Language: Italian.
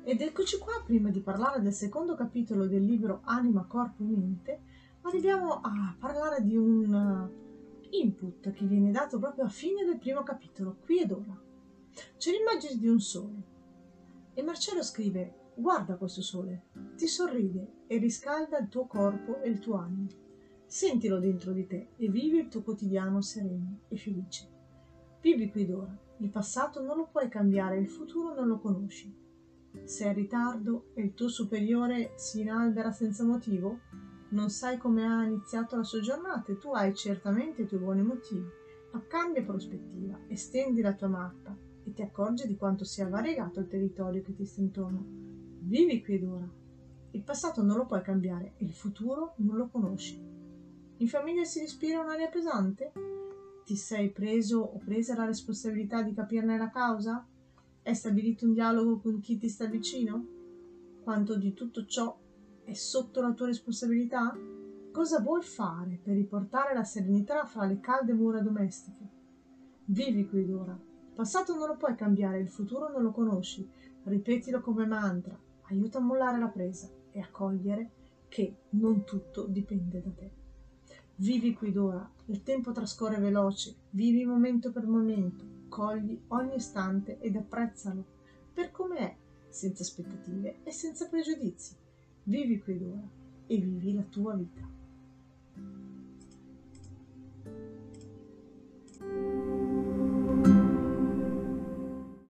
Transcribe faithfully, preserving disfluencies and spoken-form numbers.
Ed eccoci qua, prima di parlare del secondo capitolo del libro Anima, Corpo, Mente, arriviamo a parlare di un uh, input che viene dato proprio a fine del primo capitolo, qui ed ora. C'è l'immagine di un sole e Marcello scrive: guarda questo sole, ti sorride e riscalda il tuo corpo e il tuo animo. Sentilo dentro di te e vivi il tuo quotidiano sereno e felice. Vivi qui ed ora, il passato non lo puoi cambiare, il futuro non lo conosci. Sei in ritardo e il tuo superiore si inalbera senza motivo? Non sai come ha iniziato la sua giornata e tu hai certamente i tuoi buoni motivi, ma cambia prospettiva, estendi la tua mappa e ti accorgi di quanto sia variegato il territorio che ti sta intorno. Vivi qui ed ora. Il passato non lo puoi cambiare e il futuro non lo conosci. In famiglia si respira un'aria pesante? Ti sei preso o presa la responsabilità di capirne la causa? Hai stabilito un dialogo con chi ti sta vicino? Quanto di tutto ciò è sotto la tua responsabilità? Cosa vuoi fare per riportare la serenità fra le calde mura domestiche? Vivi qui ed ora. Il passato non lo puoi cambiare, il futuro non lo conosci. Ripetilo come mantra. Aiuta a mollare la presa e a cogliere che non tutto dipende da te. Vivi qui ed ora, il tempo trascorre veloce, vivi momento per momento, cogli ogni istante ed apprezzalo per come è, senza aspettative e senza pregiudizi. Vivi qui ed ora e vivi la tua vita.